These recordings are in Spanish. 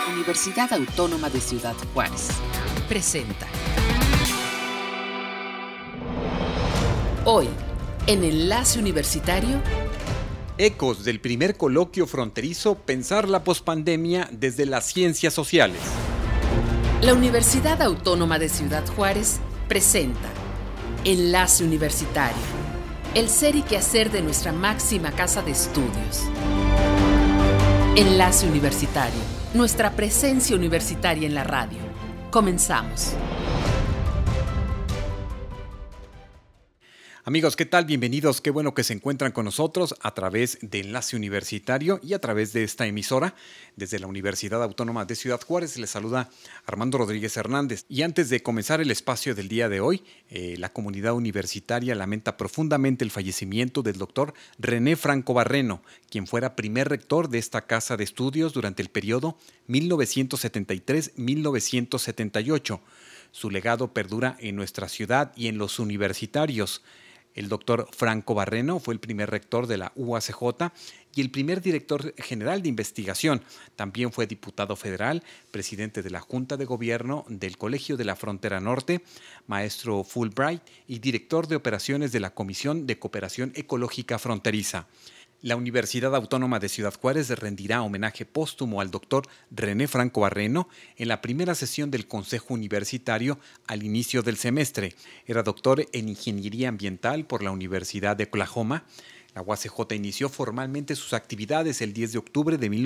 Universidad Autónoma de Ciudad Juárez presenta. Hoy, en Enlace Universitario, ecos del primer coloquio fronterizo Pensar la pospandemia desde las ciencias sociales. La Universidad Autónoma de Ciudad Juárez presenta Enlace Universitario, el ser y quehacer de nuestra máxima casa de estudios. Enlace Universitario, nuestra presencia universitaria en la radio. Comenzamos. Amigos, ¿qué tal? Bienvenidos. Qué bueno que se encuentran con nosotros a través de Enlace Universitario y a través de esta emisora. Desde la Universidad Autónoma de Ciudad Juárez les saluda Armando Rodríguez Hernández. Y antes de comenzar el espacio del día de hoy, la comunidad universitaria lamenta profundamente el fallecimiento del doctor René Franco Barreno, quien fuera primer rector de esta casa de estudios durante el periodo 1973-1978. Su legado perdura en nuestra ciudad y en los universitarios. El doctor Franco Barreno fue el primer rector de la UACJ y el primer director general de investigación. También fue diputado federal, presidente de la Junta de Gobierno del Colegio de la Frontera Norte, maestro Fulbright y director de operaciones de la Comisión de Cooperación Ecológica Fronteriza. La Universidad Autónoma de Ciudad Juárez rendirá homenaje póstumo al doctor René Franco Barreno en la primera sesión del Consejo Universitario al inicio del semestre. Era doctor en Ingeniería Ambiental por la Universidad de Oklahoma. La UACJ inició formalmente sus actividades el 10 de octubre de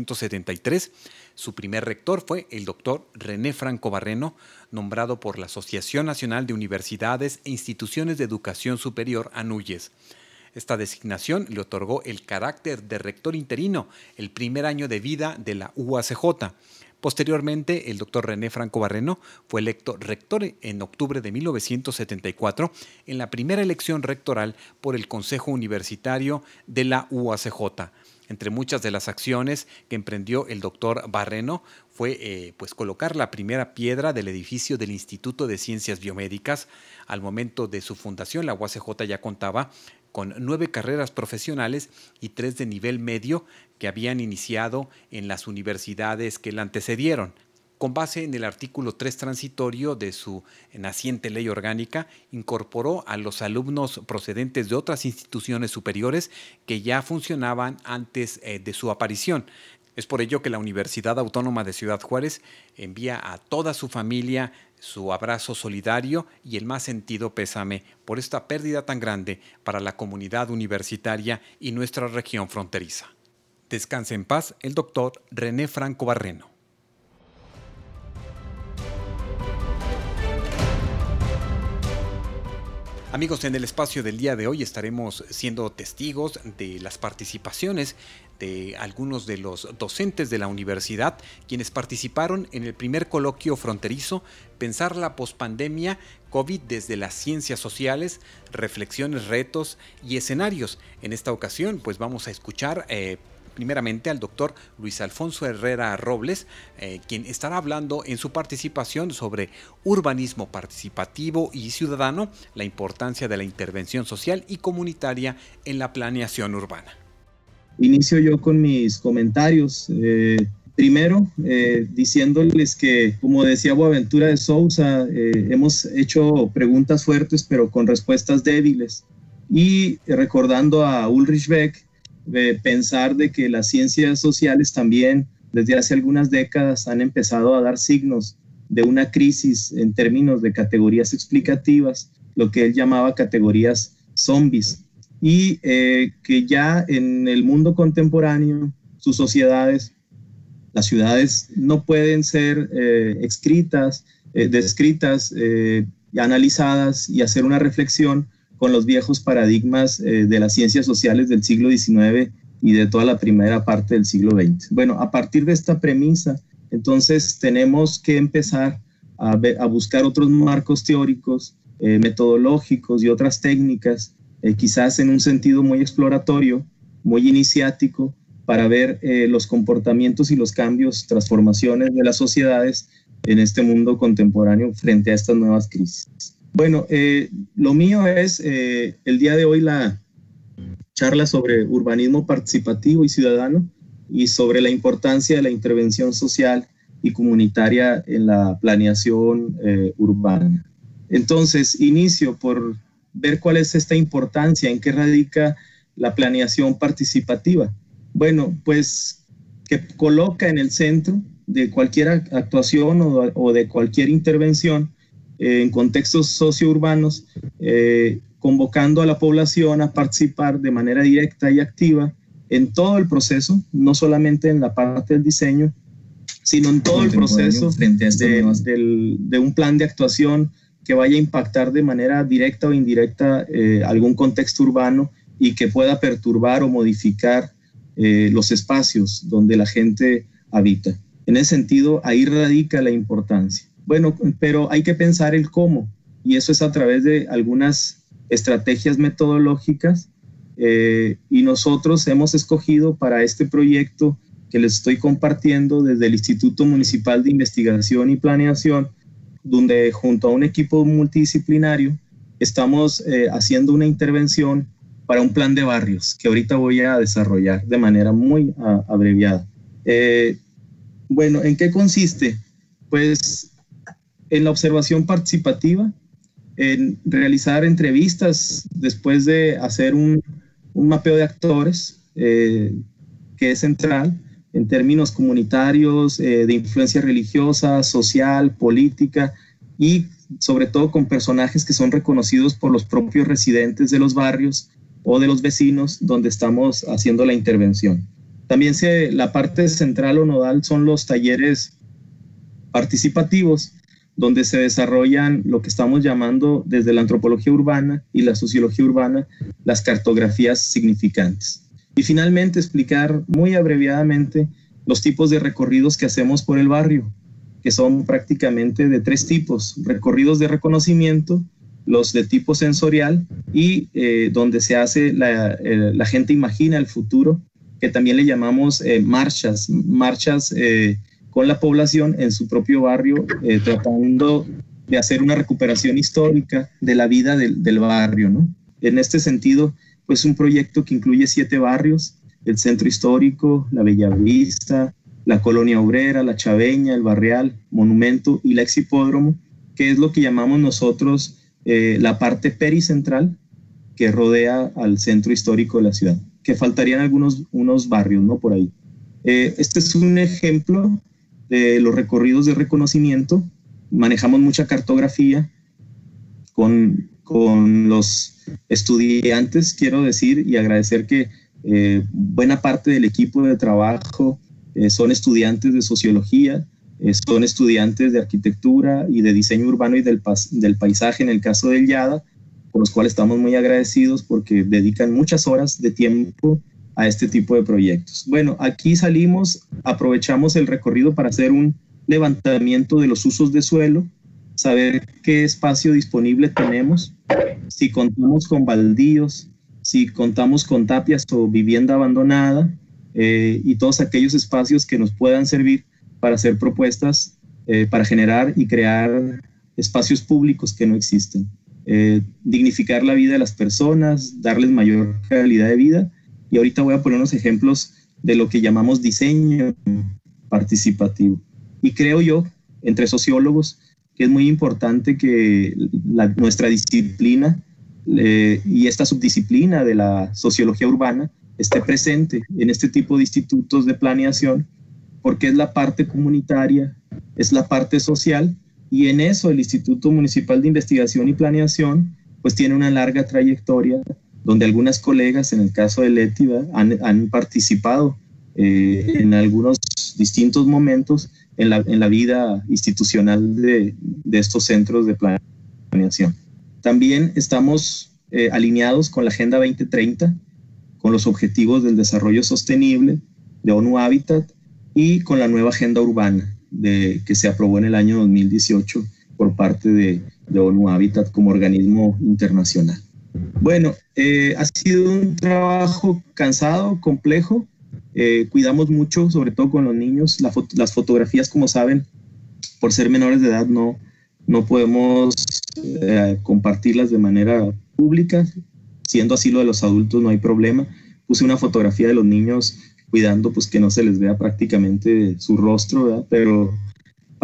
1973. Su primer rector fue el doctor René Franco Barreno, nombrado por la Asociación Nacional de Universidades e Instituciones de Educación Superior, ANUYES. Esta designación le otorgó el carácter de rector interino el primer año de vida de la UACJ. Posteriormente, el doctor René Franco Barreno fue electo rector en octubre de 1974 en la primera elección rectoral por el Consejo Universitario de la UACJ. Entre muchas de las acciones que emprendió el doctor Barreno fue colocar la primera piedra del edificio del Instituto de Ciencias Biomédicas. Al momento de su fundación, la UACJ ya contaba con 9 carreras profesionales y 3 de nivel medio que habían iniciado en las universidades que la antecedieron. Con base en el artículo 3 transitorio de su naciente ley orgánica, incorporó a los alumnos procedentes de otras instituciones superiores que ya funcionaban antes de su aparición. Es por ello que la Universidad Autónoma de Ciudad Juárez envía a toda su familia su abrazo solidario y el más sentido pésame por esta pérdida tan grande para la comunidad universitaria y nuestra región fronteriza. Descanse en paz el doctor René Franco Barreno. Amigos, en el espacio del día de hoy estaremos siendo testigos de las participaciones de algunos de los docentes de la universidad, quienes participaron en el primer coloquio fronterizo Pensar la pospandemia COVID desde las ciencias sociales, reflexiones, retos y escenarios. En esta ocasión, vamos a escuchar primeramente al doctor Luis Alfonso Herrera Robles, quien estará hablando en su participación sobre urbanismo participativo y ciudadano, la importancia de la intervención social y comunitaria en la planeación urbana. Inicio yo con mis comentarios. Primero, diciéndoles que, como decía Boaventura de Sousa, hemos hecho preguntas fuertes pero con respuestas débiles. Y recordando a Ulrich Beck, pensar de que las ciencias sociales también desde hace algunas décadas han empezado a dar signos de una crisis en términos de categorías explicativas, lo que él llamaba categorías zombies, y que ya en el mundo contemporáneo sus sociedades, las ciudades no pueden ser descritas y analizadas y hacer una reflexión con los viejos paradigmas de las ciencias sociales del siglo XIX y de toda la primera parte del siglo XX. Bueno, a partir de esta premisa, entonces tenemos que empezar a buscar otros marcos teóricos, metodológicos y otras técnicas, quizás en un sentido muy exploratorio, muy iniciático, para ver los comportamientos y los cambios, transformaciones de las sociedades en este mundo contemporáneo frente a estas nuevas crisis. Bueno, lo mío es el día de hoy la charla sobre urbanismo participativo y ciudadano y sobre la importancia de la intervención social y comunitaria en la planeación urbana. Entonces, inicio por ver cuál es esta importancia, en qué radica la planeación participativa. Bueno, pues que coloca en el centro de cualquier actuación o de cualquier intervención en contextos sociourbanos, convocando a la población a participar de manera directa y activa en todo el proceso, no solamente en la parte del diseño, sino en todo el proceso de un plan de actuación que vaya a impactar de manera directa o indirecta algún contexto urbano y que pueda perturbar o modificar los espacios donde la gente habita. En ese sentido, ahí radica la importancia. Bueno, pero hay que pensar el cómo, y eso es a través de algunas estrategias metodológicas, y nosotros hemos escogido para este proyecto que les estoy compartiendo desde el Instituto Municipal de Investigación y Planeación, donde junto a un equipo multidisciplinario estamos haciendo una intervención para un plan de barrios que ahorita voy a desarrollar de manera muy abreviada. Bueno, ¿en qué consiste? Pues en la observación participativa, en realizar entrevistas después de hacer un mapeo de actores que es central en términos comunitarios, de influencia religiosa, social, política y sobre todo con personajes que son reconocidos por los propios residentes de los barrios o de los vecinos donde estamos haciendo la intervención. También la parte central o nodal son los talleres participativos, donde se desarrollan lo que estamos llamando desde la antropología urbana y la sociología urbana, las cartografías significantes. Y finalmente explicar muy abreviadamente los tipos de recorridos que hacemos por el barrio, que son prácticamente de 3 tipos: recorridos de reconocimiento, los de tipo sensorial y donde se hace la gente imagina el futuro, que también le llamamos marchas con la población en su propio barrio, tratando de hacer una recuperación histórica de la vida del barrio, ¿no? En este sentido, pues un proyecto que incluye 7 barrios: el Centro Histórico, la Bellavista, la Colonia Obrera, la Chaveña, el Barrial, Monumento y la Exhipódromo, que es lo que llamamos nosotros la parte pericentral que rodea al centro histórico de la ciudad, que faltarían unos barrios, ¿no? Por ahí. Este es un ejemplo de los recorridos de reconocimiento. Manejamos mucha cartografía con los estudiantes, quiero decir, y agradecer que buena parte del equipo de trabajo son estudiantes de sociología, son estudiantes de arquitectura y de diseño urbano y del paisaje en el caso del YADA, por los cuales estamos muy agradecidos porque dedican muchas horas de tiempo a este tipo de proyectos. Bueno, aquí aprovechamos el recorrido para hacer un levantamiento de los usos de suelo, saber qué espacio disponible tenemos, si contamos con baldíos, si contamos con tapias o vivienda abandonada, y todos aquellos espacios que nos puedan servir para hacer propuestas, para generar y crear espacios públicos que no existen. Dignificar la vida de las personas, darles mayor calidad de vida. Y ahorita voy a poner unos ejemplos de lo que llamamos diseño participativo. Y creo yo, entre sociólogos, que es muy importante que nuestra disciplina y esta subdisciplina de la sociología urbana esté presente en este tipo de institutos de planeación, porque es la parte comunitaria, es la parte social, y en eso el Instituto Municipal de Investigación y Planeación pues tiene una larga trayectoria, donde algunas colegas, en el caso de Leti, han participado en algunos distintos momentos en la vida institucional de estos centros de planeación. También estamos alineados con la Agenda 2030, con los Objetivos del Desarrollo Sostenible de ONU Habitat y con la nueva Agenda Urbana que se aprobó en el año 2018 por parte de ONU Habitat como organismo internacional. Bueno, ha sido un trabajo cansado, complejo. Cuidamos mucho, sobre todo con los niños. Las fotografías, como saben, por ser menores de edad no podemos compartirlas de manera pública. Siendo así lo de los adultos, no hay problema. Puse una fotografía de los niños cuidando pues que no se les vea prácticamente su rostro, ¿verdad? Pero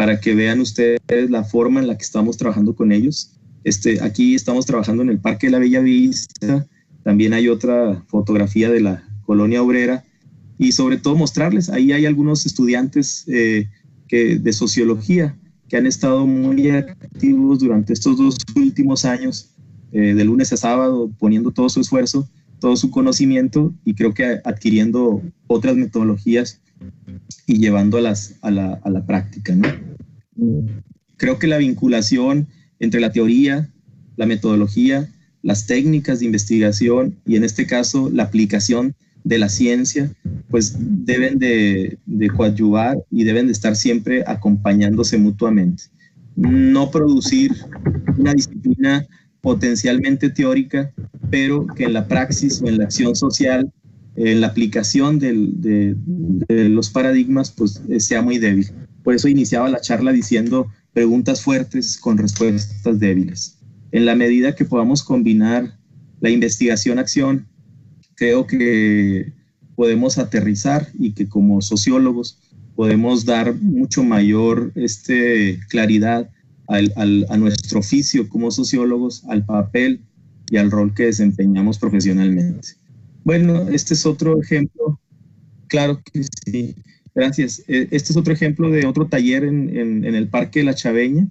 para que vean ustedes la forma en la que estamos trabajando con ellos. Aquí estamos trabajando en el Parque de la Bella Vista, también hay otra fotografía de la Colonia Obrera, y sobre todo mostrarles, ahí hay algunos estudiantes de sociología que han estado muy activos durante estos 2 últimos años, de lunes a sábado, poniendo todo su esfuerzo, todo su conocimiento, y creo que adquiriendo otras metodologías y llevándolas a la práctica, ¿no? Creo que la vinculación entre la teoría, la metodología, las técnicas de investigación y en este caso la aplicación de la ciencia, pues deben de coadyuvar y deben de estar siempre acompañándose mutuamente. No producir una disciplina potencialmente teórica, pero que en la praxis o en la acción social, en la aplicación de los paradigmas, pues sea muy débil. Por eso iniciaba la charla diciendo preguntas fuertes con respuestas débiles. En la medida que podamos combinar la investigación-acción, creo que podemos aterrizar y que como sociólogos podemos dar mucho mayor claridad a nuestro oficio como sociólogos, al papel y al rol que desempeñamos profesionalmente. Bueno, este es otro ejemplo. Claro que sí, gracias. Este es otro ejemplo de otro taller en el Parque de la Chaveña.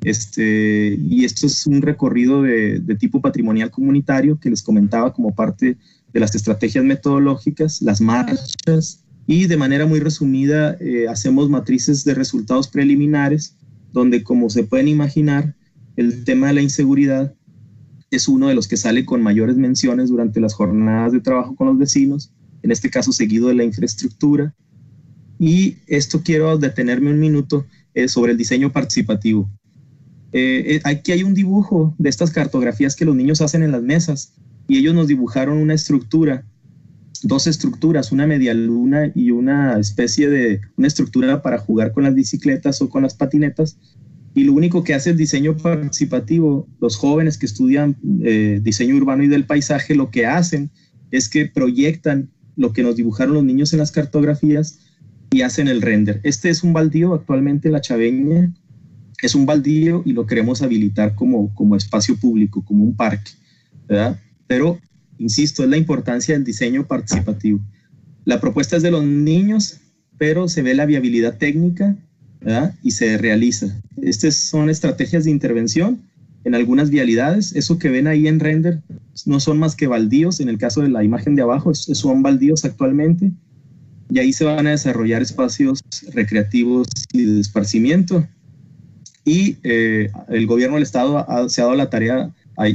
Y esto es un recorrido de tipo patrimonial comunitario que les comentaba como parte de las estrategias metodológicas, las marchas, y de manera muy resumida hacemos matrices de resultados preliminares, donde, como se pueden imaginar, el tema de la inseguridad es uno de los que sale con mayores menciones durante las jornadas de trabajo con los vecinos, en este caso seguido de la infraestructura. Y esto quiero detenerme un minuto sobre el diseño participativo. Aquí hay un dibujo de estas cartografías que los niños hacen en las mesas, y ellos nos dibujaron una estructura, 2 estructuras, una media luna y una especie de una estructura para jugar con las bicicletas o con las patinetas. Y lo único que hace el diseño participativo, los jóvenes que estudian diseño urbano y del paisaje, lo que hacen es que proyectan lo que nos dibujaron los niños en las cartografías y hacen el render. Este es un baldío actualmente en la Chaveña, es un baldío y lo queremos habilitar como espacio público, como un parque, ¿verdad? Pero, insisto, es la importancia del diseño participativo. La propuesta es de los niños, pero se ve la viabilidad técnica, ¿verdad? Y se realiza. Estas son estrategias de intervención en algunas vialidades. Eso que ven ahí en render no son más que baldíos. En el caso de la imagen de abajo, son baldíos actualmente. Y ahí se van a desarrollar espacios recreativos y de esparcimiento. Y el gobierno del estado se ha dado la tarea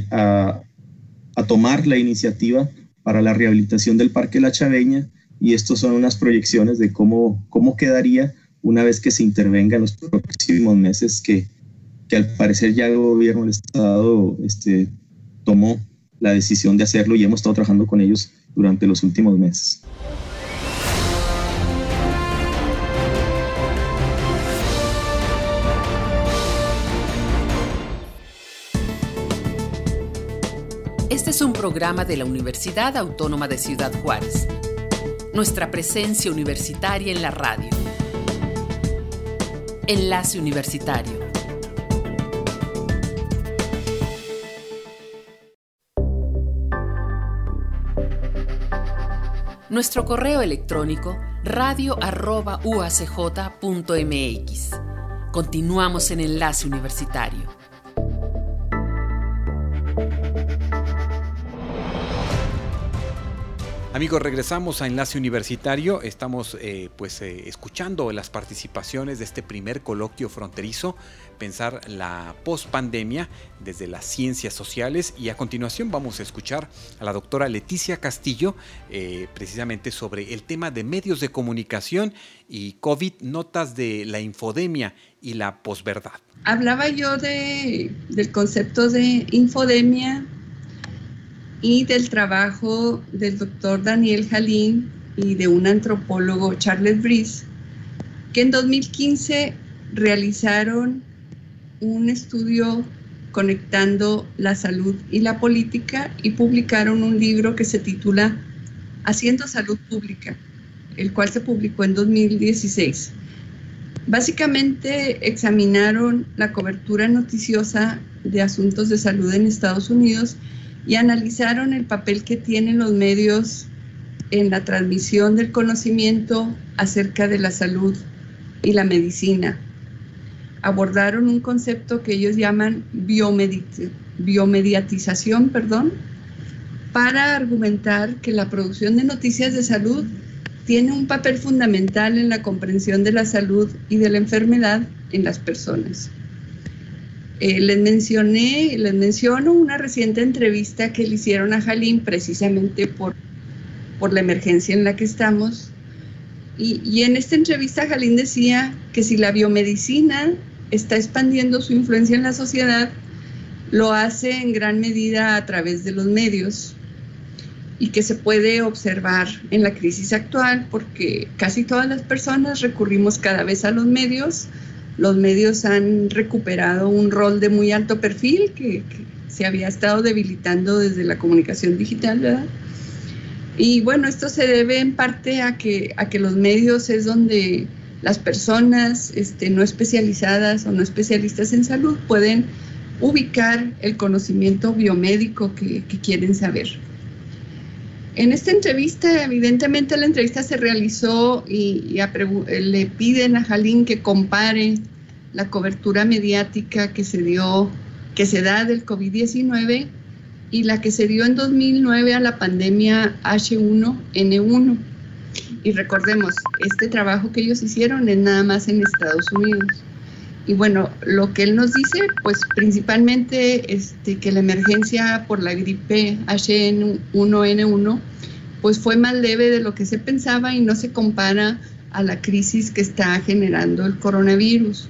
a tomar la iniciativa para la rehabilitación del Parque La Chaveña, y estos son unas proyecciones de cómo quedaría una vez que se intervenga en los próximos meses, que al parecer ya el gobierno del estado tomó la decisión de hacerlo, y hemos estado trabajando con ellos durante los últimos meses. Este es un programa de la Universidad Autónoma de Ciudad Juárez. Nuestra presencia universitaria en la radio. Enlace Universitario. Nuestro correo electrónico radio@uacj.mx. Continuamos en Enlace Universitario. Amigos, regresamos a Enlace Universitario. Estamos escuchando las participaciones de este primer coloquio fronterizo, pensar la pospandemia desde las ciencias sociales, y a continuación vamos a escuchar a la doctora Leticia Castillo precisamente sobre el tema de medios de comunicación y COVID, notas de la infodemia y la posverdad. Hablaba yo del concepto de infodemia y del trabajo del doctor Daniel Jalín y de un antropólogo, Charles Brice, que en 2015 realizaron un estudio conectando la salud y la política y publicaron un libro que se titula Haciendo Salud Pública, el cual se publicó en 2016. Básicamente examinaron la cobertura noticiosa de asuntos de salud en Estados Unidos y analizaron el papel que tienen los medios en la transmisión del conocimiento acerca de la salud y la medicina. Abordaron un concepto que ellos llaman biomediatización, para argumentar que la producción de noticias de salud tiene un papel fundamental en la comprensión de la salud y de la enfermedad en las personas. Les menciono una reciente entrevista que le hicieron a Halim precisamente por la emergencia en la que estamos. Y en esta entrevista Halim decía que si la biomedicina está expandiendo su influencia en la sociedad, lo hace en gran medida a través de los medios, y que se puede observar en la crisis actual porque casi todas las personas recurrimos cada vez a los medios. Los medios han recuperado un rol de muy alto perfil que se había estado debilitando desde la comunicación digital, ¿verdad? Y bueno, esto se debe en parte a que los medios es donde las personas no especializadas o no especialistas en salud pueden ubicar el conocimiento biomédico que quieren saber. En esta entrevista, evidentemente la entrevista se realizó y le piden a Halim que compare la cobertura mediática que se da del COVID-19 y la que se dio en 2009 a la pandemia H1N1. Y recordemos, este trabajo que ellos hicieron es nada más en Estados Unidos. Y bueno, lo que él nos dice, pues principalmente que la emergencia por la gripe H1N1 pues fue más leve de lo que se pensaba y no se compara a la crisis que está generando el coronavirus.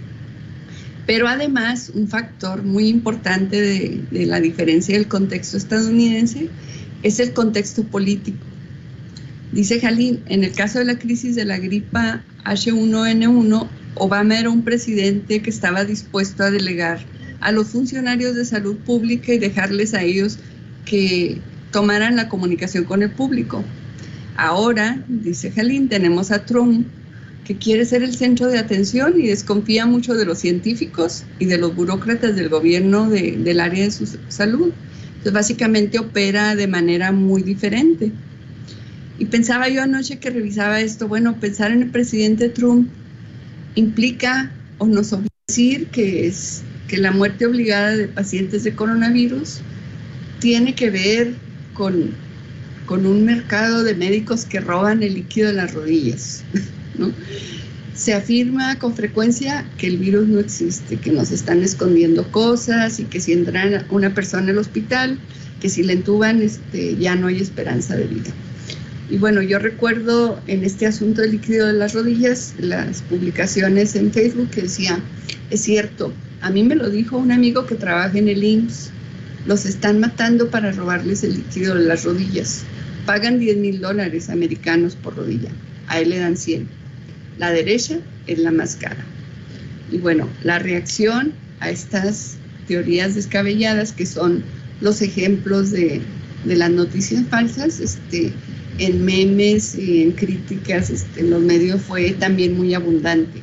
Pero además, un factor muy importante de la diferencia del contexto estadounidense es el contexto político. Dice Halim, en el caso de la crisis de la gripa H1N1, Obama era un presidente que estaba dispuesto a delegar a los funcionarios de salud pública y dejarles a ellos que tomaran la comunicación con el público. Ahora, dice Halim, tenemos a Trump, que quiere ser el centro de atención y desconfía mucho de los científicos y de los burócratas del gobierno del área de su salud. Entonces, básicamente opera de manera muy diferente. Y pensaba yo anoche que revisaba esto, bueno, pensar en el presidente Trump implica o nos obliga a decir que la muerte obligada de pacientes de coronavirus tiene que ver con un mercado de médicos que roban el líquido de las rodillas, ¿no? Se afirma con frecuencia que el virus no existe, que nos están escondiendo cosas y que si entra una persona al hospital, que si la entuban ya no hay esperanza de vida. Y bueno, yo recuerdo en este asunto del líquido de las rodillas, las publicaciones en Facebook que decía, es cierto, a mí me lo dijo un amigo que trabaja en el IMSS, los están matando para robarles el líquido de las rodillas. Pagan $10,000 americanos por rodilla, a él le dan 100. La derecha es la más cara. Y bueno, la reacción a estas teorías descabelladas, que son los ejemplos de las noticias falsas, en memes y en críticas en los medios fue también muy abundante.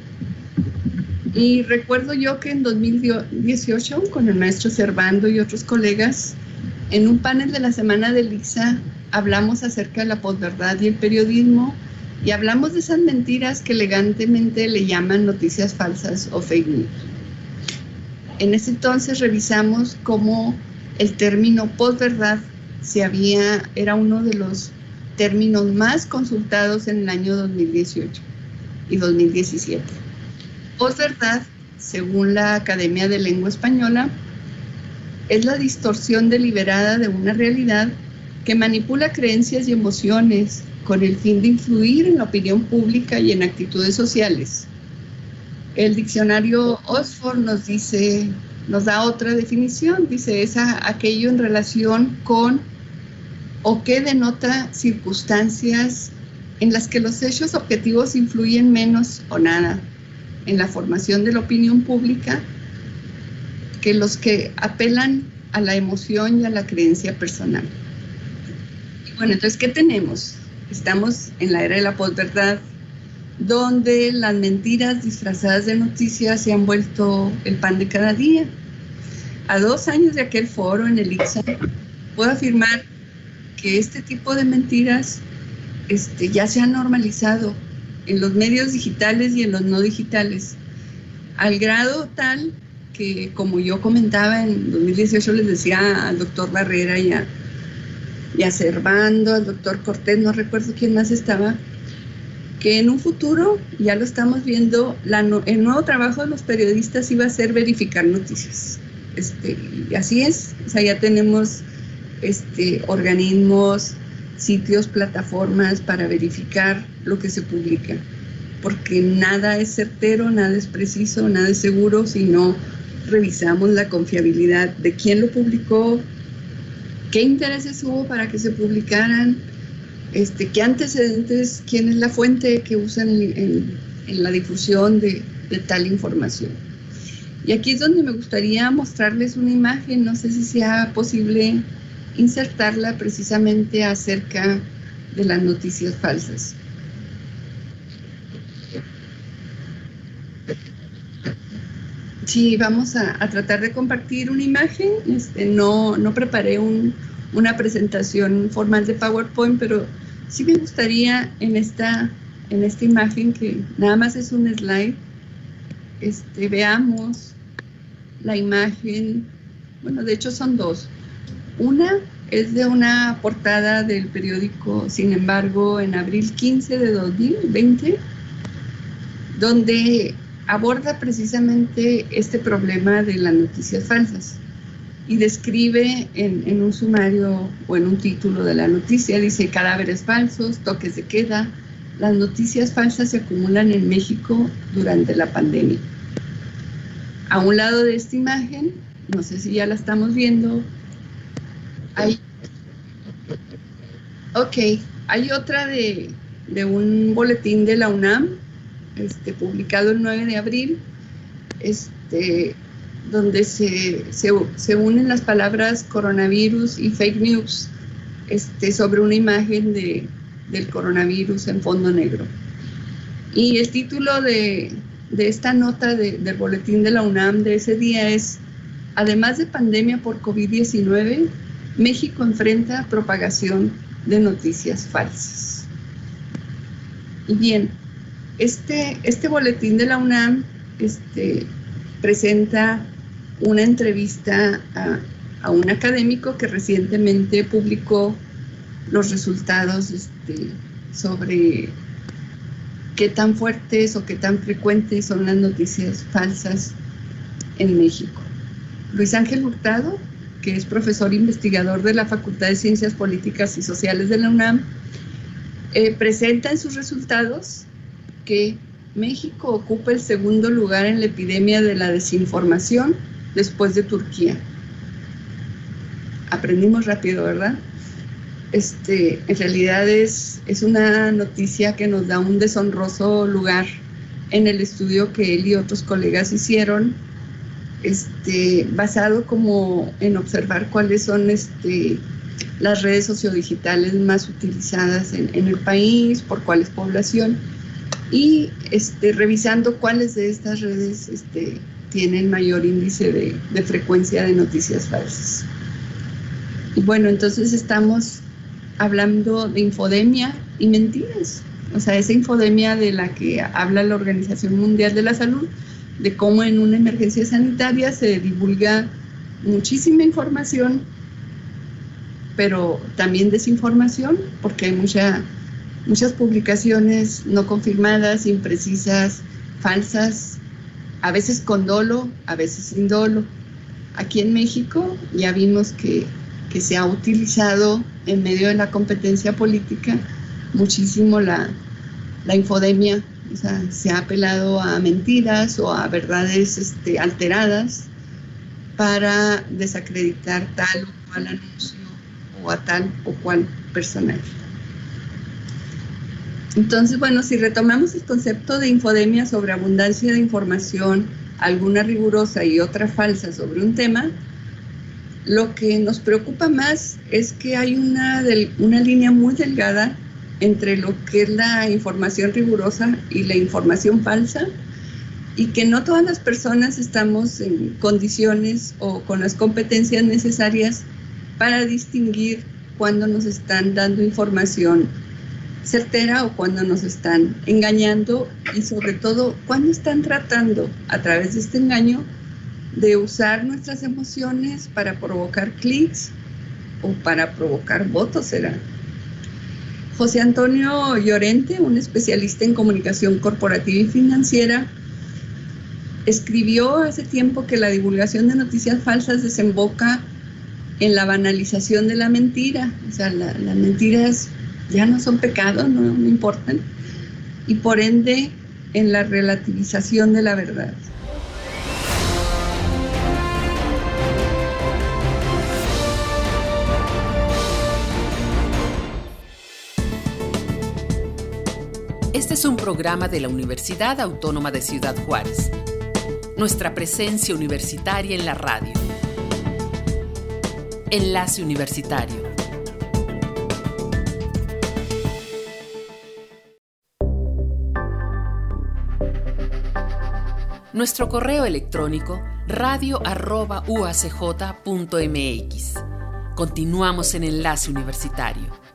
Y recuerdo yo que en 2018, con el maestro Servando y otros colegas, en un panel de la Semana de Lisa, hablamos acerca de la posverdad y el periodismo, y hablamos de esas mentiras que elegantemente le llaman noticias falsas o fake news. En ese entonces revisamos cómo el término posverdad era uno de los términos más consultados en el año 2018 y 2017. Posverdad, según la Academia de Lengua Española, es la distorsión deliberada de una realidad que manipula creencias y emociones con el fin de influir en la opinión pública y en actitudes sociales. El diccionario Oxford nos da otra definición, dice, es aquello en relación con o que denota circunstancias en las que los hechos objetivos influyen menos o nada en la formación de la opinión pública que los que apelan a la emoción y a la creencia personal. Y bueno, entonces, ¿qué tenemos? Estamos en la era de la posverdad, donde las mentiras disfrazadas de noticias se han vuelto el pan de cada día. A 2 años de aquel foro en el ICSA, puedo afirmar que este tipo de mentiras ya se han normalizado en los medios digitales y en los no digitales, al grado tal que, como yo comentaba en 2018, les decía al doctor Barrera y a Servando, al doctor Cortés, no recuerdo quién más estaba, que en un futuro, ya lo estamos viendo, el nuevo trabajo de los periodistas iba a ser verificar noticias. Y así es, o sea, ya tenemos organismos, sitios, plataformas para verificar lo que se publica, porque nada es certero, nada es preciso, nada es seguro si no revisamos la confiabilidad de quién lo publicó, qué intereses hubo para que se publicaran, qué antecedentes, quién es la fuente que usan en la difusión de tal información. Y aquí es donde me gustaría mostrarles una imagen, no sé si sea posible insertarla precisamente acerca de las noticias falsas. Sí, vamos a tratar de compartir una imagen. No preparé una presentación formal de PowerPoint, pero sí me gustaría en esta imagen, que nada más es un slide, veamos la imagen. Bueno, de hecho son dos. Una es de una portada del periódico Sin Embargo en abril 15 de 2020, donde aborda precisamente este problema de las noticias falsas y describe en un sumario o en un título de la noticia, dice: cadáveres falsos, toques de queda, las noticias falsas se acumulan en México durante la pandemia. A un lado de esta imagen, no sé si ya la estamos viendo, hay otra de un boletín de la UNAM, publicado el 9 de abril, donde se unen las palabras coronavirus y fake news, sobre una imagen del coronavirus en fondo negro. Y el título de esta nota del boletín de la UNAM de ese día es: además de pandemia por COVID-19, México enfrenta propagación de noticias falsas. Y bien, este boletín de la UNAM presenta una entrevista a un académico que recientemente publicó los resultados sobre qué tan fuertes o qué tan frecuentes son las noticias falsas en México. Luis Ángel Hurtado, que es profesor investigador de la Facultad de Ciencias Políticas y Sociales de la UNAM, presenta en sus resultados que México ocupa el segundo lugar en la epidemia de la desinformación después de Turquía. Aprendimos rápido, ¿verdad? En realidad es una noticia que nos da un deshonroso lugar en el estudio que él y otros colegas hicieron, basado como en observar cuáles son las redes sociodigitales más utilizadas en el país, por cuáles población, y revisando cuáles de estas redes tienen mayor índice de frecuencia de noticias falsas. Y bueno, entonces estamos hablando de infodemia y mentiras, o sea, esa infodemia de la que habla la Organización Mundial de la Salud, de cómo en una emergencia sanitaria se divulga muchísima información, pero también desinformación, porque hay muchas publicaciones no confirmadas, imprecisas, falsas, a veces con dolo, a veces sin dolo. Aquí en México ya vimos que se ha utilizado en medio de la competencia política muchísimo la infodemia, o sea, se ha apelado a mentiras o a verdades alteradas para desacreditar tal o cual anuncio o a tal o cual personaje. Entonces, bueno, si retomamos el concepto de infodemia sobre abundancia de información, alguna rigurosa y otra falsa sobre un tema, lo que nos preocupa más es que hay una línea muy delgada entre lo que es la información rigurosa y la información falsa, y que no todas las personas estamos en condiciones o con las competencias necesarias para distinguir cuando nos están dando información certera o cuando nos están engañando, y sobre todo cuando están tratando a través de este engaño de usar nuestras emociones para provocar clics o para provocar votos, será. José Antonio Llorente, un especialista en comunicación corporativa y financiera, escribió hace tiempo que la divulgación de noticias falsas desemboca en la banalización de la mentira. O sea, las mentiras ya no son pecado, no importan, y por ende en la relativización de la verdad. Este es un programa de la Universidad Autónoma de Ciudad Juárez. Nuestra presencia universitaria en la radio. Enlace Universitario. Nuestro correo electrónico radio@uacj.mx. Continuamos en Enlace Universitario.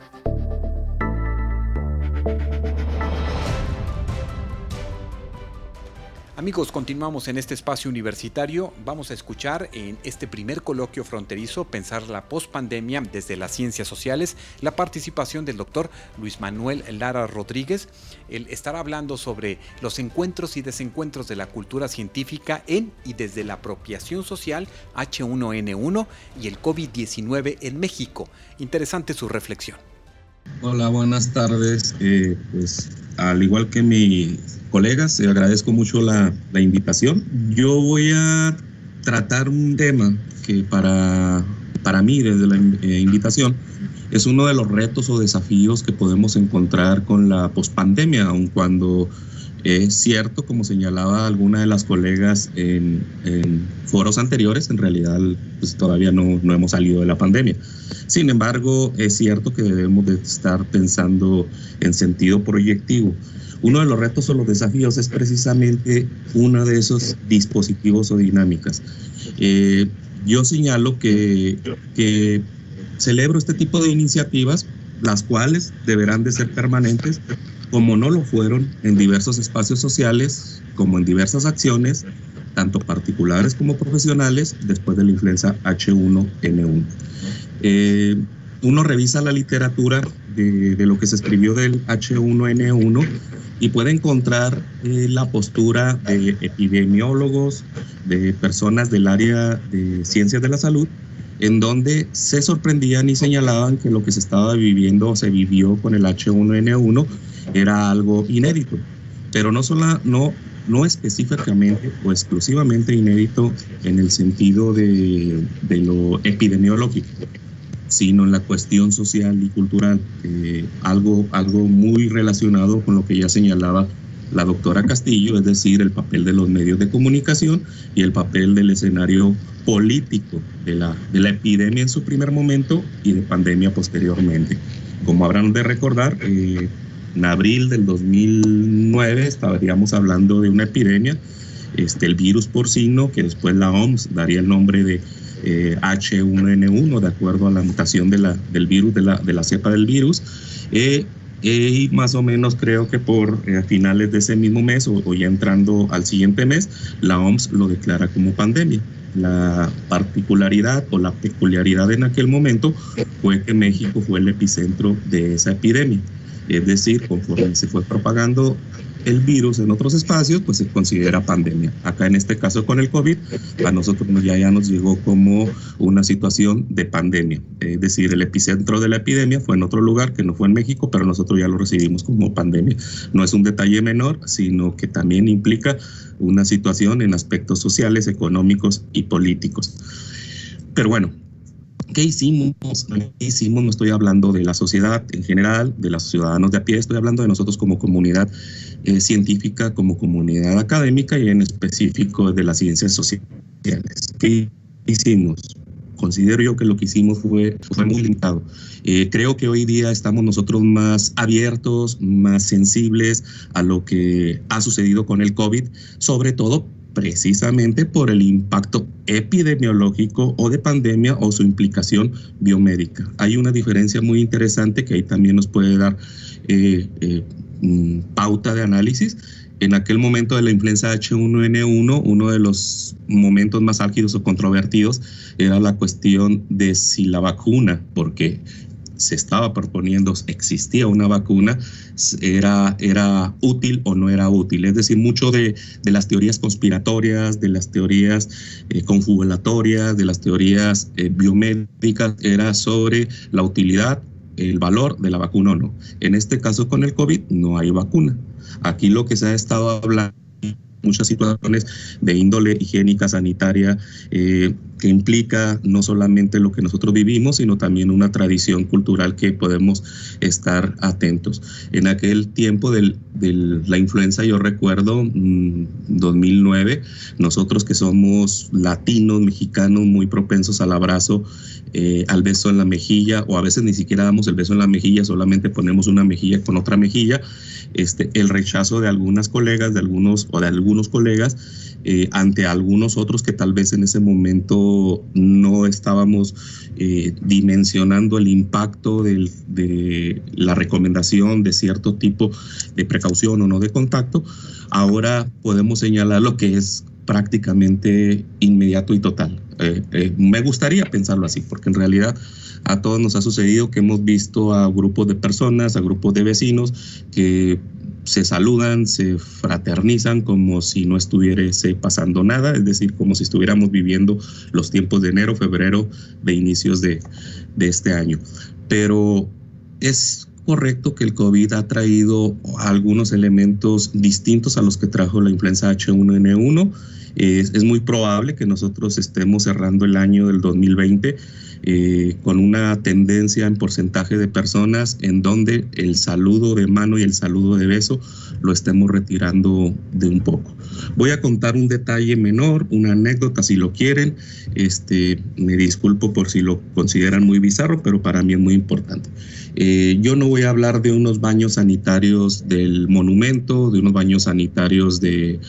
Amigos, continuamos en este espacio universitario. Vamos a escuchar en este primer coloquio fronterizo Pensar la pospandemia desde las ciencias sociales la participación del doctor Luis Manuel Lara Rodríguez. Él estará hablando sobre los encuentros y desencuentros de la cultura científica en y desde la apropiación social, H1N1 y el COVID-19 en México. Interesante su reflexión. Hola, buenas tardes. Pues al igual que mis colegas, agradezco mucho la invitación. Yo voy a tratar un tema que para mí, desde la invitación, es uno de los retos o desafíos que podemos encontrar con la pospandemia, aun cuando es cierto, como señalaba alguna de las colegas en foros anteriores, en realidad pues, todavía no hemos salido de la pandemia. Sin embargo, es cierto que debemos de estar pensando en sentido proyectivo. Uno de los retos o los desafíos es precisamente uno de esos dispositivos o dinámicas. Yo señalo que celebro este tipo de iniciativas, las cuales deberán de ser permanentes, como no lo fueron en diversos espacios sociales, como en diversas acciones, tanto particulares como profesionales, después de la influenza H1N1. Uno revisa la literatura de lo que se escribió del H1N1 y puede encontrar la postura de epidemiólogos, de personas del área de ciencias de la salud, en donde se sorprendían y señalaban que lo que se estaba viviendo o se vivió con el H1N1 era algo inédito, pero no específicamente o exclusivamente inédito en el sentido de lo epidemiológico, sino en la cuestión social y cultural, algo muy relacionado con lo que ya señalaba la doctora Castillo, es decir, el papel de los medios de comunicación y el papel del escenario político de la epidemia en su primer momento y de pandemia posteriormente. Como habrán de recordar, en abril del 2009 estaríamos hablando de una epidemia, el virus porcino, que después la OMS daría el nombre de H1N1, de acuerdo a la mutación del virus, de la cepa del virus, y más o menos creo que por finales de ese mismo mes o ya entrando al siguiente mes, la OMS lo declara como pandemia. La particularidad o la peculiaridad en aquel momento fue que México fue el epicentro de esa epidemia. Es decir, conforme se fue propagando el virus en otros espacios, pues se considera pandemia. Acá en este caso con el COVID, a nosotros ya nos llegó como una situación de pandemia. Es decir, el epicentro de la epidemia fue en otro lugar que no fue en México, pero nosotros ya lo recibimos como pandemia. No es un detalle menor, sino que también implica una situación en aspectos sociales, económicos y políticos. Pero bueno, ¿qué hicimos? No estoy hablando de la sociedad en general, de los ciudadanos de a pie, estoy hablando de nosotros como comunidad científica, como comunidad académica y en específico de las ciencias sociales. ¿Qué hicimos? considero yo que lo que hicimos fue muy limitado. Creo que hoy día estamos nosotros más abiertos, más sensibles a lo que ha sucedido con el COVID, sobre todo precisamente por el impacto epidemiológico o de pandemia o su implicación biomédica. Hay una diferencia muy interesante que ahí también nos puede dar pauta de análisis. En aquel momento de la influenza H1N1, uno de los momentos más álgidos o controvertidos era la cuestión de si la vacuna, porque se estaba proponiendo, existía una vacuna, era útil o no era útil. Es decir, mucho de las teorías conspiratorias, de las teorías confabulatorias, de las teorías biomédicas, era sobre la utilidad, el valor de la vacuna o no. En este caso con el COVID no hay vacuna. Aquí lo que se ha estado hablando, muchas situaciones de índole higiénica, sanitaria, que implica no solamente lo que nosotros vivimos, sino también una tradición cultural que podemos estar atentos. En aquel tiempo de la influenza, yo recuerdo 2009, nosotros que somos latinos, mexicanos, muy propensos al abrazo, al beso en la mejilla, o a veces ni siquiera damos el beso en la mejilla, solamente ponemos una mejilla con otra mejilla. El rechazo de algunas colegas, de algunos colegas, ante algunos otros que tal vez en ese momento no estábamos dimensionando el impacto de la recomendación de cierto tipo de precaución o no de contacto. Ahora podemos señalar lo que es prácticamente inmediato y total. Me gustaría pensarlo así, porque en realidad a todos nos ha sucedido que hemos visto a grupos de personas, a grupos de vecinos que se saludan, se fraternizan como si no estuviese pasando nada, es decir, como si estuviéramos viviendo los tiempos de enero, febrero, de inicios de este año. Pero es correcto que el COVID ha traído algunos elementos distintos a los que trajo la influenza H1N1. Es muy probable que nosotros estemos cerrando el año del 2020 con una tendencia en porcentaje de personas en donde el saludo de mano y el saludo de beso lo estemos retirando de un poco. Voy a contar un detalle menor, una anécdota si lo quieren. Me disculpo por si lo consideran muy bizarro, pero para mí es muy importante. Yo no voy a hablar de unos baños sanitarios del monumento, de unos baños sanitarios de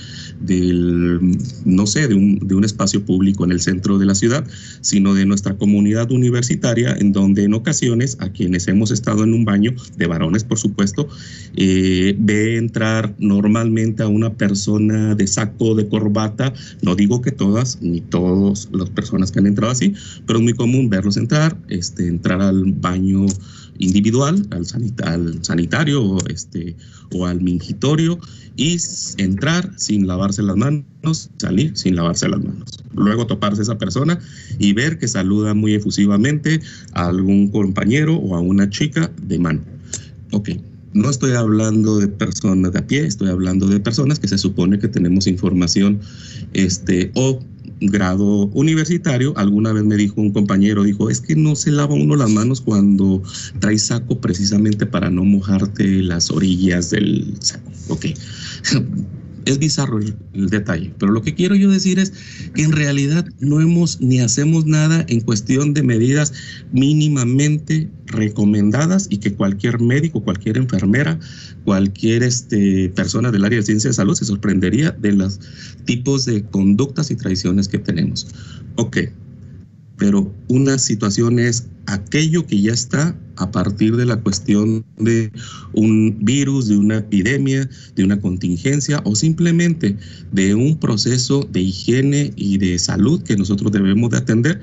un espacio público en el centro de la ciudad, sino de nuestra comunidad universitaria, en donde en ocasiones a quienes hemos estado en un baño, de varones por supuesto, ve entrar normalmente a una persona de saco, de corbata. No digo que todas, ni todas las personas que han entrado así, pero es muy común verlos entrar al baño individual, al sanitario o al mingitorio, y entrar sin lavarse las manos, salir sin lavarse las manos. Luego toparse esa persona y ver que saluda muy efusivamente a algún compañero o a una chica de mano. Ok, no estoy hablando de personas de a pie, estoy hablando de personas que se supone que tenemos información o grado universitario. Alguna vez me dijo un compañero, es que no se lava uno las manos cuando traes saco precisamente para no mojarte las orillas del saco. Ok, es bizarro el detalle, pero lo que quiero yo decir es que en realidad no hemos ni hacemos nada en cuestión de medidas mínimamente recomendadas y que cualquier médico, cualquier enfermera, cualquier persona del área de ciencia de salud se sorprendería de los tipos de conductas y tradiciones que tenemos. Ok, pero una situación es aquello que ya está a partir de la cuestión de un virus, de una epidemia, de una contingencia o simplemente de un proceso de higiene y de salud que nosotros debemos de atender.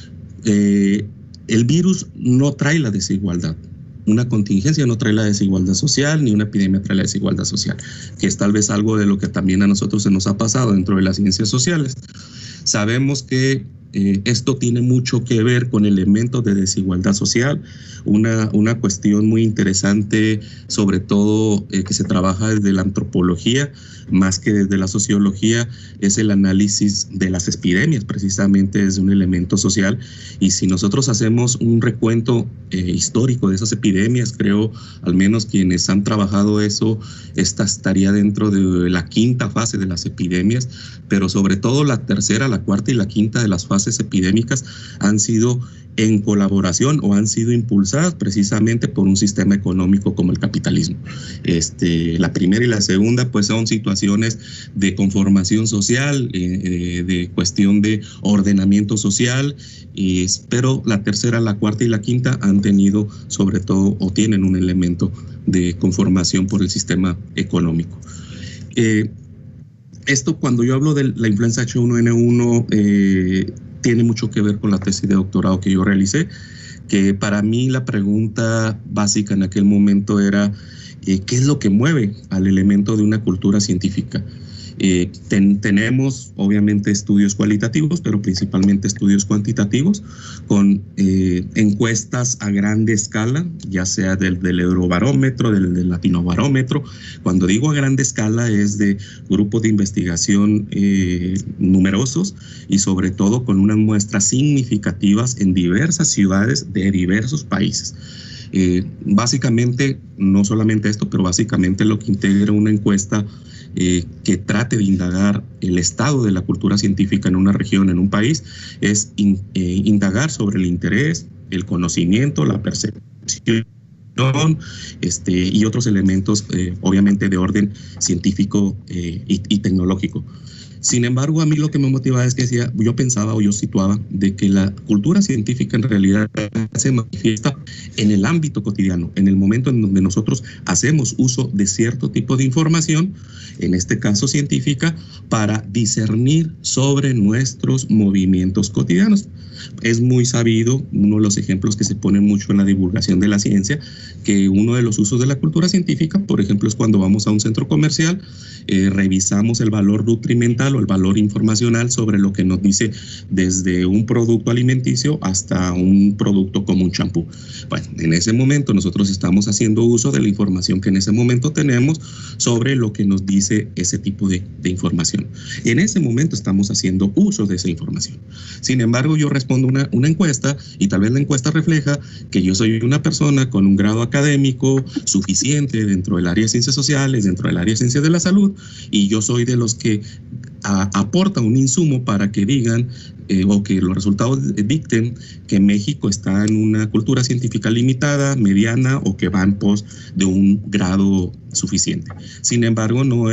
El virus no trae la desigualdad. Una contingencia no trae la desigualdad social, ni una epidemia trae la desigualdad social, que es tal vez algo de lo que también a nosotros se nos ha pasado dentro de las ciencias sociales. Sabemos que esto tiene mucho que ver con elementos de desigualdad social, una cuestión muy interesante, sobre todo que se trabaja desde la antropología, más que desde la sociología, es el análisis de las epidemias, precisamente desde un elemento social. Y si nosotros hacemos un recuento histórico de esas epidemias, creo, al menos quienes han trabajado eso, esta estaría dentro de la quinta fase de las epidemias, pero sobre todo la tercera, la cuarta y la quinta de las fases fases epidémicas han sido en colaboración o han sido impulsadas precisamente por un sistema económico como el capitalismo. La primera y la segunda pues son situaciones de conformación social, de cuestión de ordenamiento social, pero la tercera, la cuarta y la quinta han tenido sobre todo o tienen un elemento de conformación por el sistema económico. Esto, cuando yo hablo de la influenza H1N1, tiene mucho que ver con la tesis de doctorado que yo realicé, que para mí la pregunta básica en aquel momento era ¿qué es lo que mueve al elemento de una cultura científica? Tenemos obviamente estudios cualitativos, pero principalmente estudios cuantitativos con encuestas a grande escala, ya sea del Eurobarómetro, del Latinobarómetro. Cuando digo a grande escala es de grupos de investigación numerosos y sobre todo con unas muestras significativas en diversas ciudades de diversos países. Básicamente, no solamente esto, pero básicamente lo que integra una encuesta que trate de indagar el estado de la cultura científica en una región, en un país, es indagar sobre el interés, el conocimiento, la percepción y otros elementos, obviamente, de orden científico y tecnológico. Sin embargo, a mí lo que me motivaba es que yo pensaba o yo situaba de que la cultura científica en realidad se manifiesta en el ámbito cotidiano, en el momento en donde nosotros hacemos uso de cierto tipo de información, en este caso científica, para discernir sobre nuestros movimientos cotidianos. Es muy sabido, uno de los ejemplos que se ponen mucho en la divulgación de la ciencia, que uno de los usos de la cultura científica, por ejemplo, es cuando vamos a un centro comercial, revisamos el valor nutrimental o el valor informacional sobre lo que nos dice desde un producto alimenticio hasta un producto como un champú. Bueno, en ese momento nosotros estamos haciendo uso de la información que en ese momento tenemos sobre lo que nos dice ese tipo de información. En ese momento estamos haciendo uso de esa información. Sin embargo, yo respondo una encuesta y tal vez la encuesta refleja que yo soy una persona con un grado académico suficiente dentro del área de ciencias sociales, dentro del área de ciencias de la salud, y yo soy de los que aporta un insumo para que digan o que los resultados dicten que México está en una cultura científica limitada, mediana o que va en pos de un grado suficiente. Sin embargo, no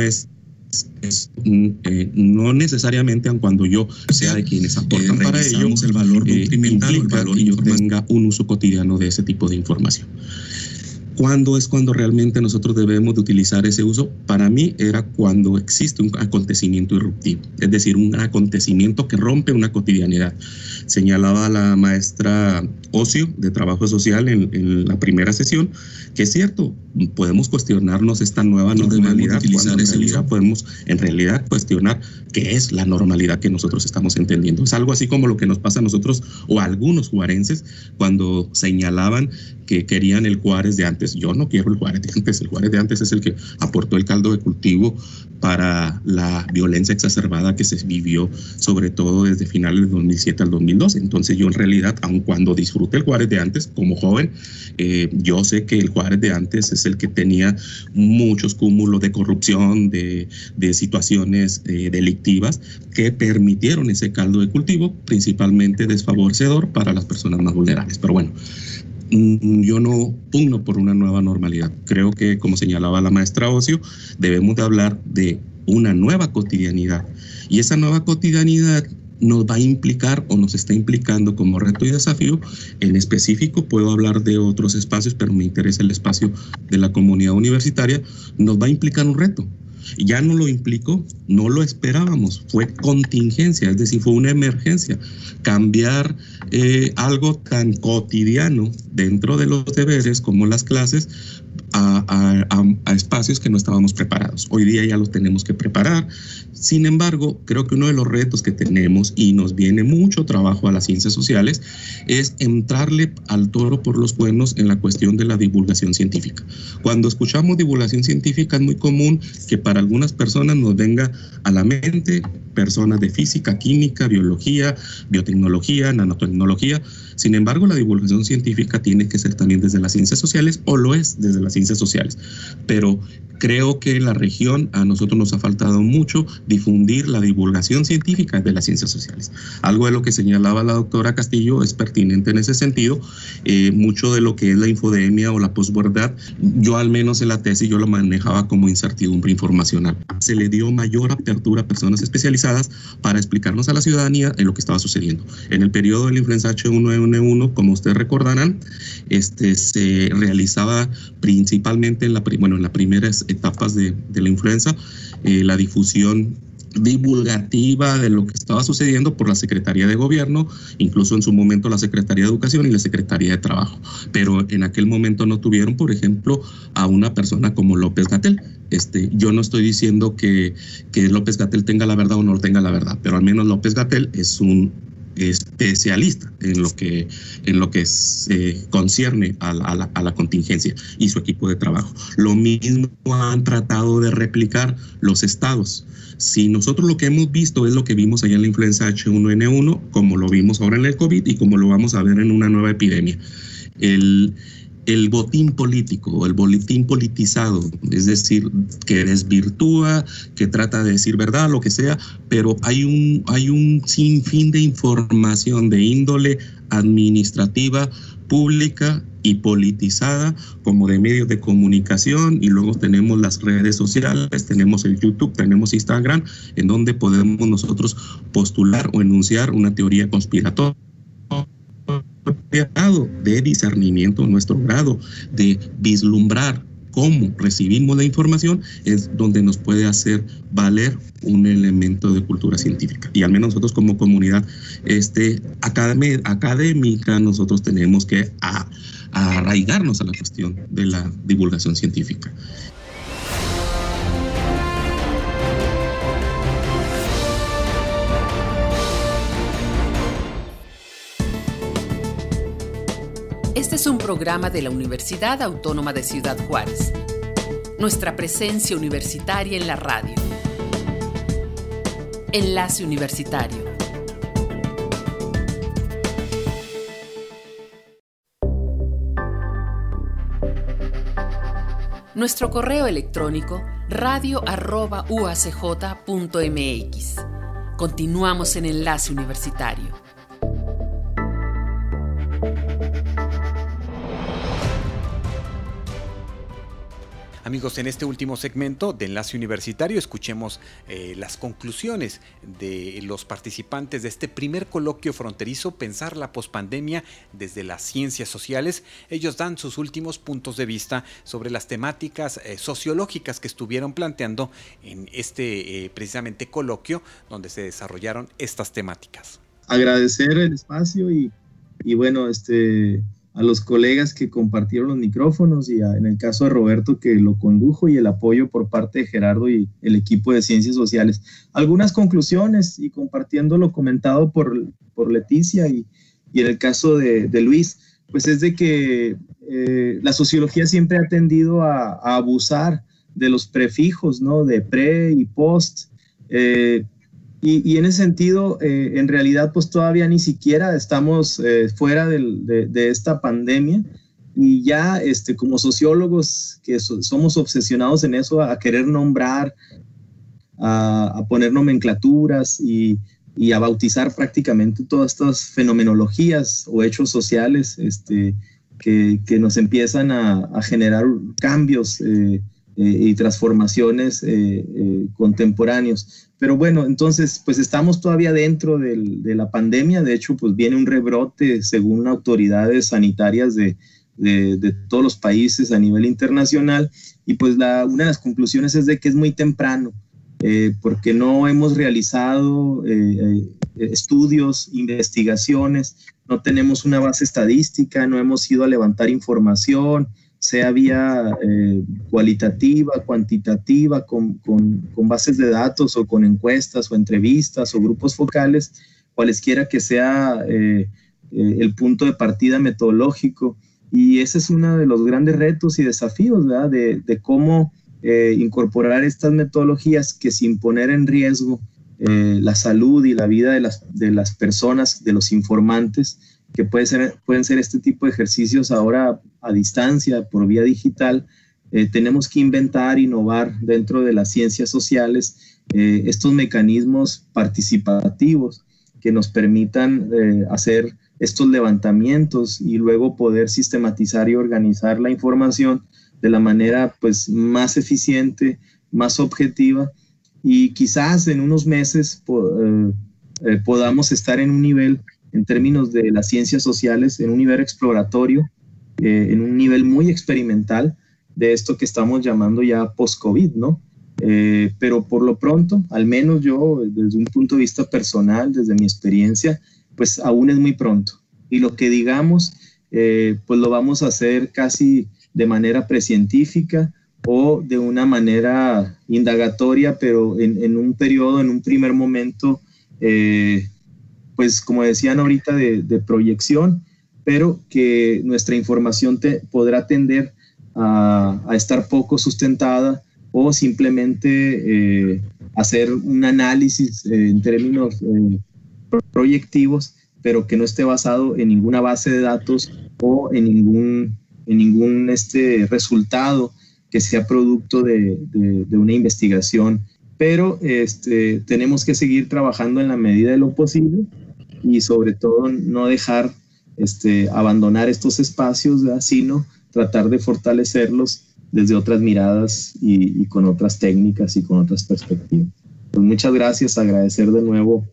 necesariamente, aun cuando yo sea de quienes aportan para ello, el valor nutrimental, el valor y yo tenga un uso cotidiano de ese tipo de información. ¿Cuándo es cuando realmente nosotros debemos de utilizar ese uso? Para mí era cuando existe un acontecimiento irruptivo, es decir, un acontecimiento que rompe una cotidianidad. Señalaba la maestra Ocio de Trabajo Social en la primera sesión que es cierto, podemos cuestionarnos esta nueva normalidad, utilizar ese uso, podemos en realidad cuestionar qué es la normalidad que nosotros estamos entendiendo. Es algo así como lo que nos pasa a nosotros o a algunos juarenses cuando señalaban que querían el Juárez de antes. Yo no quiero el Juárez de antes. El Juárez de antes es el que aportó el caldo de cultivo para la violencia exacerbada que se vivió, sobre todo desde finales del 2007 al 2012. Entonces yo en realidad, aun cuando disfruté el Juárez de antes como joven, yo sé que el Juárez de antes es el que tenía muchos cúmulos de corrupción, de situaciones delictivas que permitieron ese caldo de cultivo, principalmente desfavorecedor para las personas más vulnerables. Pero bueno, yo no pugno por una nueva normalidad. Creo que, como señalaba la maestra Ocio, debemos de hablar de una nueva cotidianidad. Y esa nueva cotidianidad nos va a implicar o nos está implicando como reto y desafío. En específico puedo hablar de otros espacios, pero me interesa el espacio de la comunidad universitaria. Nos va a implicar un reto. Ya no lo implicó, no lo esperábamos, fue contingencia, es decir, fue una emergencia. Cambiar algo tan cotidiano dentro de los deberes como las clases a espacios que no estábamos preparados. Hoy día ya los tenemos que preparar. Sin embargo, creo que uno de los retos que tenemos, y nos viene mucho trabajo a las ciencias sociales, es entrarle al toro por los cuernos en la cuestión de la divulgación científica. Cuando escuchamos divulgación científica es muy común que para algunas personas nos venga a la mente personas de física, química, biología, biotecnología, nanotecnología. Sin embargo, la divulgación científica tiene que ser también desde las ciencias sociales, o lo es desde las ciencias sociales. Pero creo que en la región a nosotros nos ha faltado mucho difundir la divulgación científica de las ciencias sociales. Algo de lo que señalaba la doctora Castillo es pertinente en ese sentido. Mucho de lo que es la infodemia o la posverdad, yo al menos en la tesis yo lo manejaba como incertidumbre informacional. Se le dio mayor apertura a personas especializadas para explicarnos a la ciudadanía en lo que estaba sucediendo. En el periodo de la influenza H1N1, como ustedes recordarán, se realizaba principalmente en las primeras etapas de la influenza, la difusión divulgativa de lo que estaba sucediendo por la Secretaría de Gobierno, incluso en su momento la Secretaría de Educación y la Secretaría de Trabajo. Pero en aquel momento no tuvieron, por ejemplo, a una persona como López-Gatell. Yo no estoy diciendo que López-Gatell tenga la verdad o no tenga la verdad, pero al menos López-Gatell es un especialista en lo que concierne a la contingencia y su equipo de trabajo. Lo mismo han tratado de replicar los estados. Si nosotros lo que hemos visto es lo que vimos allá en la influenza H1N1, como lo vimos ahora en el COVID y como lo vamos a ver en una nueva epidemia, el botín político o el boletín politizado, es decir, que desvirtúa, que trata de decir verdad, lo que sea, pero hay un sinfín de información de índole administrativa, pública y politizada, como de medios de comunicación, y luego tenemos las redes sociales, tenemos el YouTube, tenemos Instagram, en donde podemos nosotros postular o enunciar una teoría conspiratoria de discernimiento, nuestro grado de vislumbrar cómo recibimos la información es donde nos puede hacer valer un elemento de cultura científica. Y al menos nosotros como comunidad académica, nosotros tenemos que arraigarnos a la cuestión de la divulgación científica. Este es un programa de la Universidad Autónoma de Ciudad Juárez. Nuestra presencia universitaria en la radio. Enlace Universitario. Nuestro correo electrónico radio@uacj.mx. Continuamos en Enlace Universitario. Amigos, en este último segmento de Enlace Universitario escuchemos las conclusiones de los participantes de este primer coloquio fronterizo, Pensar la pospandemia desde las ciencias sociales. Ellos dan sus últimos puntos de vista sobre las temáticas sociológicas que estuvieron planteando en este precisamente coloquio donde se desarrollaron estas temáticas. Agradecer el espacio y bueno, a los colegas que compartieron los micrófonos y en el caso de Roberto que lo condujo y el apoyo por parte de Gerardo y el equipo de Ciencias Sociales. Algunas conclusiones y compartiendo lo comentado por Leticia y en el caso de Luis, pues es de que la sociología siempre ha tendido a abusar de los prefijos, ¿no? De pre y post. Y en ese sentido, en realidad, pues todavía ni siquiera estamos fuera de esta pandemia y ya como sociólogos que somos obsesionados en eso, a querer nombrar, a poner nomenclaturas y a bautizar prácticamente todas estas fenomenologías o hechos sociales que nos empiezan a generar cambios y transformaciones contemporáneos. Pero bueno, entonces pues estamos todavía dentro de la pandemia. De hecho, pues viene un rebrote según autoridades sanitarias de todos los países a nivel internacional, y pues una de las conclusiones es de que es muy temprano, porque no hemos realizado estudios, investigaciones, no tenemos una base estadística, no hemos ido a levantar información, sea vía cualitativa, cuantitativa, con bases de datos o con encuestas o entrevistas o grupos focales, cualesquiera que sea el punto de partida metodológico. Y ese es uno de los grandes retos y desafíos, ¿verdad? De cómo incorporar estas metodologías que sin poner en riesgo la salud y la vida de las personas, de los informantes, que pueden ser este tipo de ejercicios ahora a distancia, por vía digital. Tenemos que inventar, innovar dentro de las ciencias sociales estos mecanismos participativos que nos permitan hacer estos levantamientos y luego poder sistematizar y organizar la información de la manera pues más eficiente, más objetiva, y quizás en unos meses podamos estar en un nivel, en términos de las ciencias sociales, en un nivel exploratorio, en un nivel muy experimental de esto que estamos llamando ya post-COVID, ¿no? Pero por lo pronto, al menos yo, desde un punto de vista personal, desde mi experiencia, pues aún es muy pronto. Y lo que digamos, pues lo vamos a hacer casi de manera precientífica o de una manera indagatoria, pero en un periodo, en un primer momento, pues como decían ahorita, de proyección, pero que nuestra información podrá tender a estar poco sustentada o simplemente hacer un análisis en términos proyectivos, pero que no esté basado en ninguna base de datos o en ningún resultado que sea producto de una investigación. Pero tenemos que seguir trabajando en la medida de lo posible y sobre todo no dejar abandonar estos espacios, ¿verdad?, sino tratar de fortalecerlos desde otras miradas y con otras técnicas y con otras perspectivas. Pues muchas gracias, agradecer de nuevo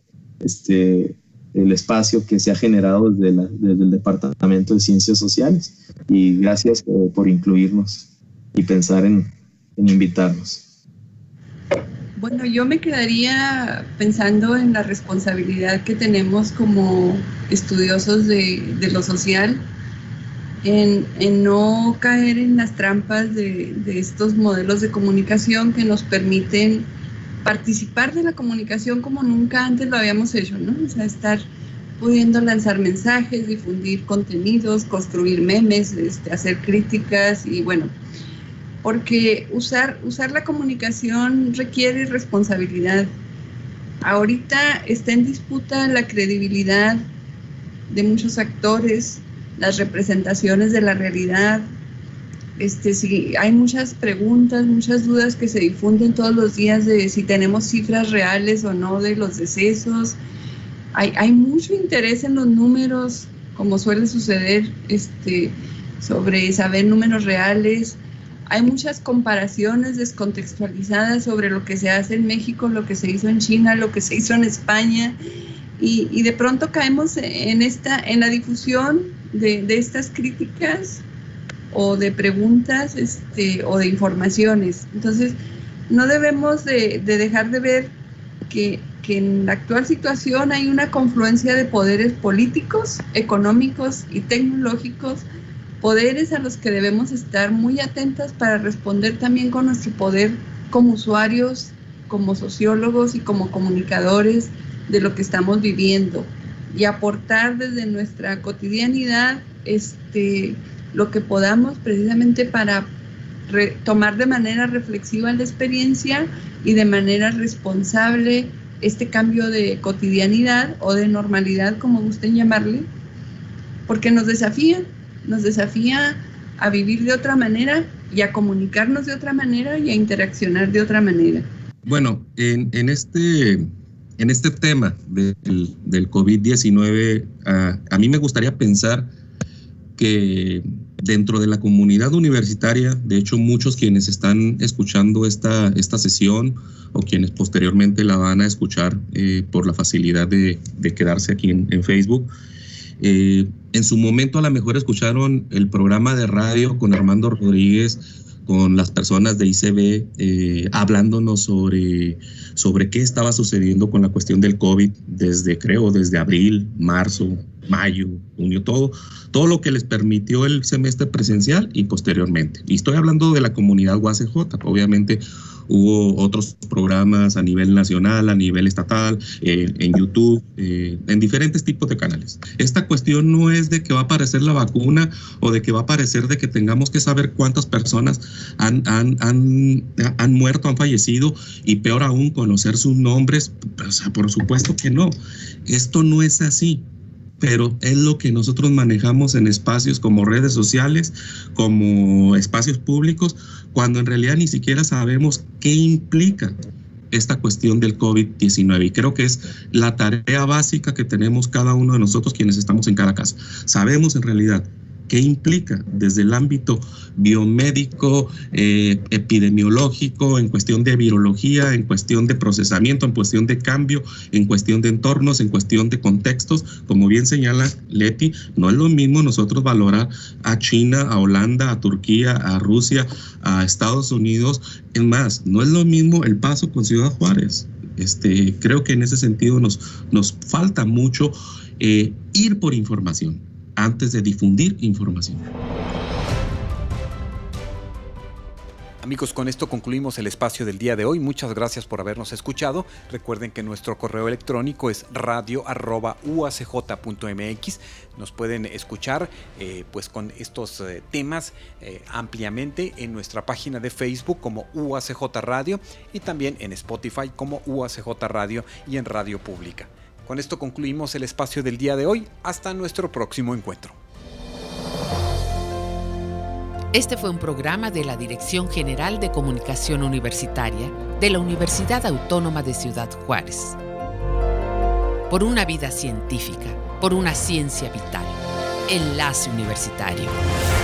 el espacio que se ha generado desde el Departamento de Ciencias Sociales, y gracias por incluirnos y pensar en invitarnos. Bueno, yo me quedaría pensando en la responsabilidad que tenemos como estudiosos de lo social, en no caer en las trampas de estos modelos de comunicación que nos permiten participar de la comunicación como nunca antes lo habíamos hecho, ¿no? O sea, estar pudiendo lanzar mensajes, difundir contenidos, construir memes, hacer críticas y bueno, porque usar la comunicación requiere responsabilidad. Ahorita está en disputa la credibilidad de muchos actores, las representaciones de la realidad. Sí, hay muchas preguntas, muchas dudas que se difunden todos los días de si tenemos cifras reales o no de los decesos. Hay mucho interés en los números, como suele suceder, sobre saber números reales. Hay muchas comparaciones descontextualizadas sobre lo que se hace en México, lo que se hizo en China, lo que se hizo en España, y de pronto caemos en la difusión de estas críticas o de preguntas o de informaciones. Entonces, no debemos de dejar de ver que en la actual situación hay una confluencia de poderes políticos, económicos y tecnológicos, poderes a los que debemos estar muy atentas para responder también con nuestro poder como usuarios, como sociólogos y como comunicadores de lo que estamos viviendo, y aportar desde nuestra cotidianidad lo que podamos precisamente para tomar de manera reflexiva la experiencia y de manera responsable este cambio de cotidianidad o de normalidad, como gusten llamarle, porque nos desafía a vivir de otra manera y a comunicarnos de otra manera y a interaccionar de otra manera. Bueno, en este tema del COVID-19, a mí me gustaría pensar que dentro de la comunidad universitaria, de hecho muchos quienes están escuchando esta sesión o quienes posteriormente la van a escuchar por la facilidad de quedarse aquí en Facebook, en su momento a lo mejor escucharon el programa de radio con Armando Rodríguez, con las personas de ICB, hablándonos sobre qué estaba sucediendo con la cuestión del COVID desde abril, marzo, mayo, junio, todo lo que les permitió el semestre presencial y posteriormente. Y estoy hablando de la comunidad UACJ, obviamente hubo otros programas a nivel nacional, a nivel estatal, en YouTube, en diferentes tipos de canales. Esta cuestión no es de que va a aparecer la vacuna o de que va a aparecer de que tengamos que saber cuántas personas han muerto, han fallecido, y peor aún conocer sus nombres. O sea, por supuesto que no. Esto no es así. Pero es lo que nosotros manejamos en espacios como redes sociales, como espacios públicos, cuando en realidad ni siquiera sabemos qué implica esta cuestión del COVID-19. Y creo que es la tarea básica que tenemos cada uno de nosotros quienes estamos en cada casa. Sabemos en realidad qué implica desde el ámbito biomédico, epidemiológico, en cuestión de virología, en cuestión de procesamiento, en cuestión de cambio, en cuestión de entornos, en cuestión de contextos. Como bien señala Leti, no es lo mismo nosotros valorar a China, a Holanda, a Turquía, a Rusia, a Estados Unidos. Es más, no es lo mismo El Paso con Ciudad Juárez. Creo que en ese sentido nos falta mucho ir por información antes de difundir información. Amigos, con esto concluimos el espacio del día de hoy. Muchas gracias por habernos escuchado. Recuerden que nuestro correo electrónico es radio@uacj.mx. Nos pueden escuchar pues con estos temas ampliamente en nuestra página de Facebook como UACJ Radio, y también en Spotify como UACJ Radio y en Radio Pública. Con esto concluimos el espacio del día de hoy. Hasta nuestro próximo encuentro. Este fue un programa de la Dirección General de Comunicación Universitaria de la Universidad Autónoma de Ciudad Juárez. Por una vida científica, por una ciencia vital. Enlace Universitario.